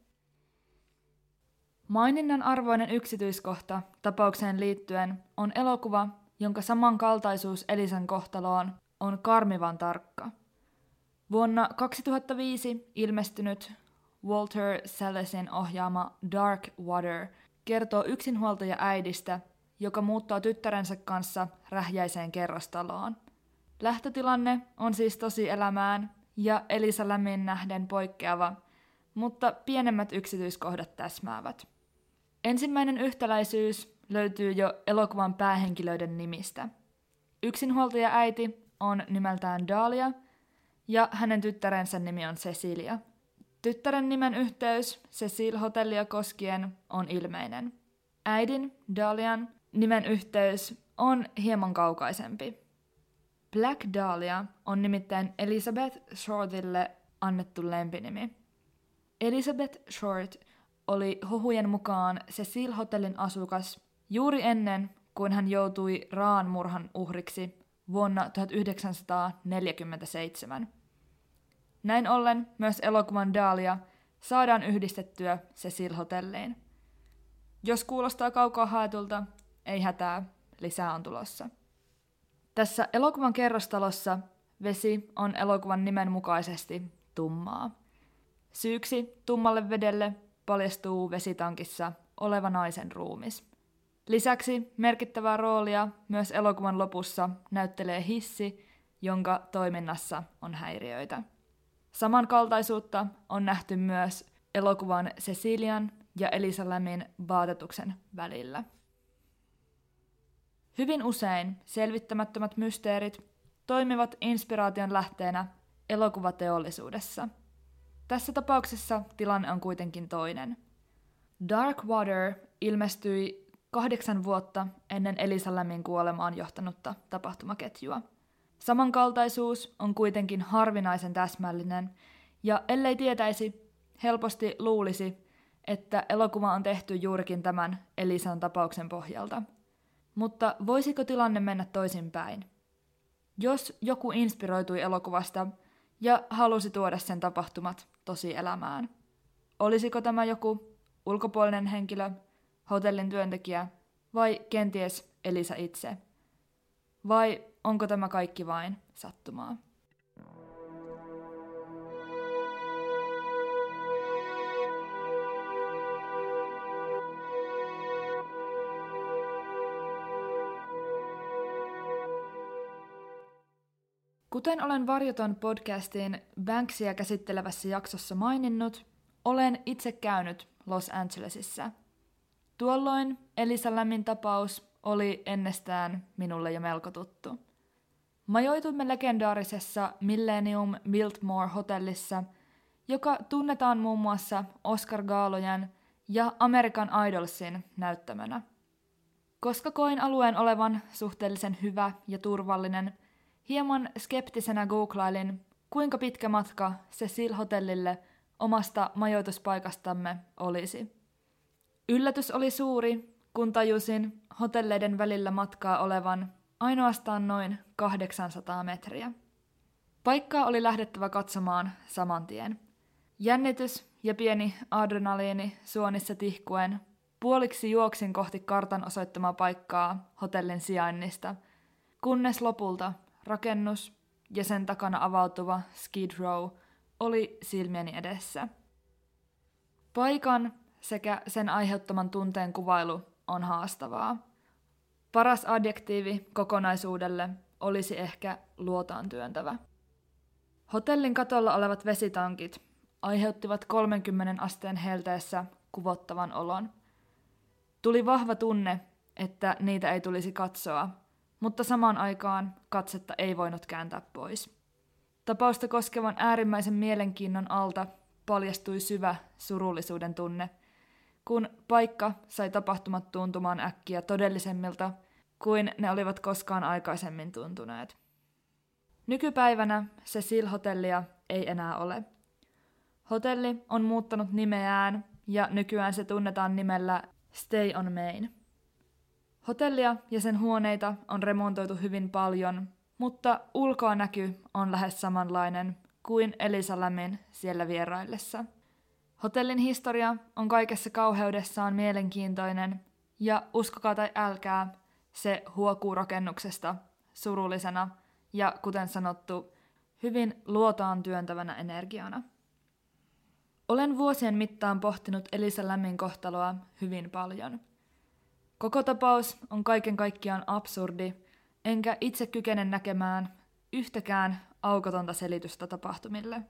A: Maininnan arvoinen yksityiskohta tapaukseen liittyen on elokuva, jonka samankaltaisuus Elisan kohtaloon on karmivan tarkka. Vuonna kaksituhattaviisi ilmestynyt Walter Sallesin ohjaama Dark Water kertoo yksinhuoltaja äidistä, joka muuttaa tyttärensä kanssa rähjäiseen kerrostaloon. Lähtötilanne on siis tosielämään ja Elisa Lamin nähden poikkeava, mutta pienemmät yksityiskohdat täsmäävät. Ensimmäinen yhtäläisyys löytyy jo elokuvan päähenkilöiden nimistä. Yksinhuoltaja äiti on nimeltään Dahlia ja hänen tyttärensä nimi on Cecilia. Tyttären nimen yhteys Cecil Hotellia koskien on ilmeinen. Äidin, Dahlian, nimen yhteys on hieman kaukaisempi. Black Dahlia on nimittäin Elizabeth Shortille annettu lempinimi. Elizabeth Short oli huhujen mukaan Cecil Hotellin asukas juuri ennen kuin hän joutui Raan murhan uhriksi vuonna tuhatyhdeksänsataaneljäkymmentäseitsemän. Näin ollen myös elokuvan Dahlia saadaan yhdistettyä Cecil Hotelliin. Jos kuulostaa kaukaa haetulta, ei hätää, lisää on tulossa. Tässä elokuvan kerrostalossa vesi on elokuvan nimen mukaisesti tummaa. Syyksi tummalle vedelle paljastuu vesitankissa oleva naisen ruumis. Lisäksi merkittävää roolia myös elokuvan lopussa näyttelee hissi, jonka toiminnassa on häiriöitä. Samankaltaisuutta on nähty myös elokuvan Cecilian ja Elisa Lamin vaatetuksen välillä. Hyvin usein selvittämättömät mysteerit toimivat inspiraation lähteenä elokuvateollisuudessa. Tässä tapauksessa tilanne on kuitenkin toinen. Dark Water ilmestyi kahdeksan vuotta ennen Elisa Lamin kuolemaan johtanutta tapahtumaketjua. Samankaltaisuus on kuitenkin harvinaisen täsmällinen, ja ellei tietäisi, helposti luulisi, että elokuva on tehty juurikin tämän Elisan tapauksen pohjalta. Mutta voisiko tilanne mennä toisinpäin? Jos joku inspiroitui elokuvasta ja halusi tuoda sen tapahtumat tosielämään, olisiko tämä joku ulkopuolinen henkilö, hotellin työntekijä vai kenties Elisa itse? Vai onko tämä kaikki vain sattumaa? Kuten olen Varjoton podcastin Banksia käsittelevässä jaksossa maininnut, olen itse käynyt Los Angelesissa. Tuolloin Elisa Lamin tapaus oli ennestään minulle jo melko tuttu. Majoituimme legendaarisessa Millennium Biltmore hotellissa, joka tunnetaan muun muassa Oscar-gaalojen ja American Idolsin näyttämönä. Koska koin alueen olevan suhteellisen hyvä ja turvallinen, hieman skeptisenä googlailin, kuinka pitkä matka Cecil Hotellille omasta majoituspaikastamme olisi. Yllätys oli suuri, kun tajusin hotelleiden välillä matkaa olevan ainoastaan noin kahdeksansataa metriä. Paikkaa oli lähdettävä katsomaan saman tien. Jännitys ja pieni adrenaliini suonissa tihkuen puoliksi juoksin kohti kartan osoittamaa paikkaa hotellin sijainnista, kunnes lopulta rakennus ja sen takana avautuva Skid Row oli silmieni edessä. Paikan sekä sen aiheuttaman tunteen kuvailu on haastavaa. Paras adjektiivi kokonaisuudelle olisi ehkä luotaan työntävä. Hotellin katolla olevat vesitankit aiheuttivat kolmenkymmenen asteen helteessä kuvottavan olon. Tuli vahva tunne, että niitä ei tulisi katsoa, mutta samaan aikaan katsetta ei voinut kääntää pois. Tapausta koskevan äärimmäisen mielenkiinnon alta paljastui syvä surullisuuden tunne, kun paikka sai tapahtumat tuntumaan äkkiä todellisemmilta kuin ne olivat koskaan aikaisemmin tuntuneet. Nykypäivänä Cecil-hotellia ei enää ole. Hotelli on muuttanut nimeään ja nykyään se tunnetaan nimellä Stay on Main. Hotellia ja sen huoneita on remontoitu hyvin paljon, mutta ulkoanäky on lähes samanlainen kuin Elisa Lamin siellä vieraillessa. Hotellin historia on kaikessa kauheudessaan mielenkiintoinen ja uskokaa tai älkää, se huokuu rakennuksesta surullisena ja kuten sanottu, hyvin luotaan työntävänä energiana. Olen vuosien mittaan pohtinut Elisa Lamin kohtaloa hyvin paljon. Koko tapaus on kaiken kaikkiaan absurdi, enkä itse kykene näkemään yhtäkään aukotonta selitystä tapahtumille.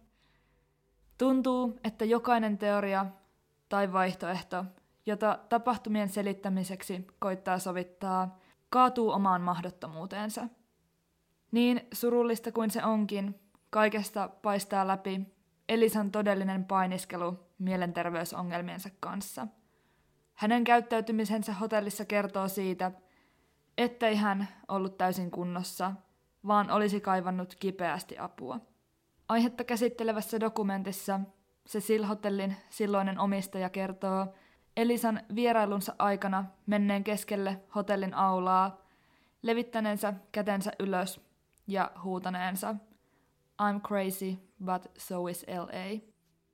A: Tuntuu, että jokainen teoria tai vaihtoehto, jota tapahtumien selittämiseksi koittaa sovittaa, kaatuu omaan mahdottomuuteensa. Niin surullista kuin se onkin, kaikesta paistaa läpi Elisan todellinen painiskelu mielenterveysongelmiensa kanssa. Hänen käyttäytymisensä hotellissa kertoo siitä, ettei hän ollut täysin kunnossa, vaan olisi kaivannut kipeästi apua. Aihetta käsittelevässä dokumentissa Cecil-hotellin silloinen omistaja kertoo Elisan vierailunsa aikana menneen keskelle hotellin aulaa, levittäneensä kätensä ylös ja huutaneensa I'm crazy, but so is L A.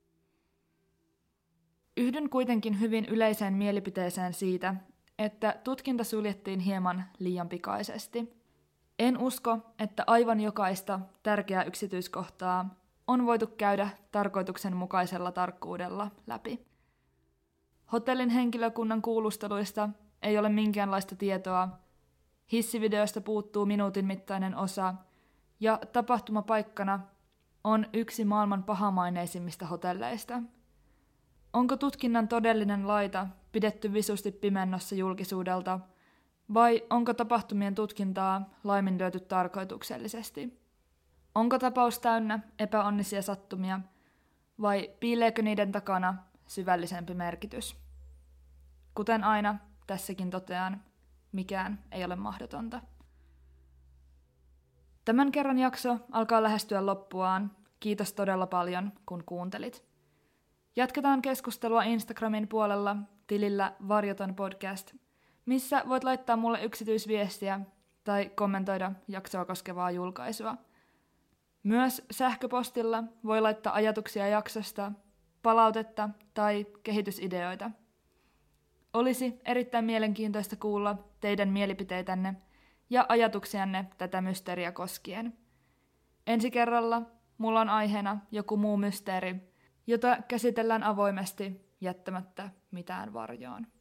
A: Yhdyn kuitenkin hyvin yleiseen mielipiteeseen siitä, että tutkinta suljettiin hieman liian pikaisesti. En usko, että aivan jokaista tärkeää yksityiskohtaa on voitu käydä tarkoituksenmukaisella tarkkuudella läpi. Hotellin henkilökunnan kuulusteluista ei ole minkäänlaista tietoa, hissivideosta puuttuu minuutin mittainen osa ja tapahtumapaikkana on yksi maailman pahamaineisimmista hotelleista. Onko tutkinnan todellinen laita pidetty visusti pimennossa julkisuudelta, vai onko tapahtumien tutkintaa laiminlyöty tarkoituksellisesti? Onko tapaus täynnä epäonnisia sattumia, vai piileekö niiden takana syvällisempi merkitys? Kuten aina, tässäkin totean, mikään ei ole mahdotonta. Tämän kerran jakso alkaa lähestyä loppuaan. Kiitos todella paljon, kun kuuntelit. Jatketaan keskustelua Instagramin puolella tilillä Varjoton podcast, missä voit laittaa mulle yksityisviestiä tai kommentoida jaksoa koskevaa julkaisua. Myös sähköpostilla voi laittaa ajatuksia jaksosta, palautetta tai kehitysideoita. Olisi erittäin mielenkiintoista kuulla teidän mielipiteitänne ja ajatuksianne tätä mysteeriä koskien. Ensi kerralla mulla on aiheena joku muu mysteeri, jota käsitellään avoimesti jättämättä mitään varjoon.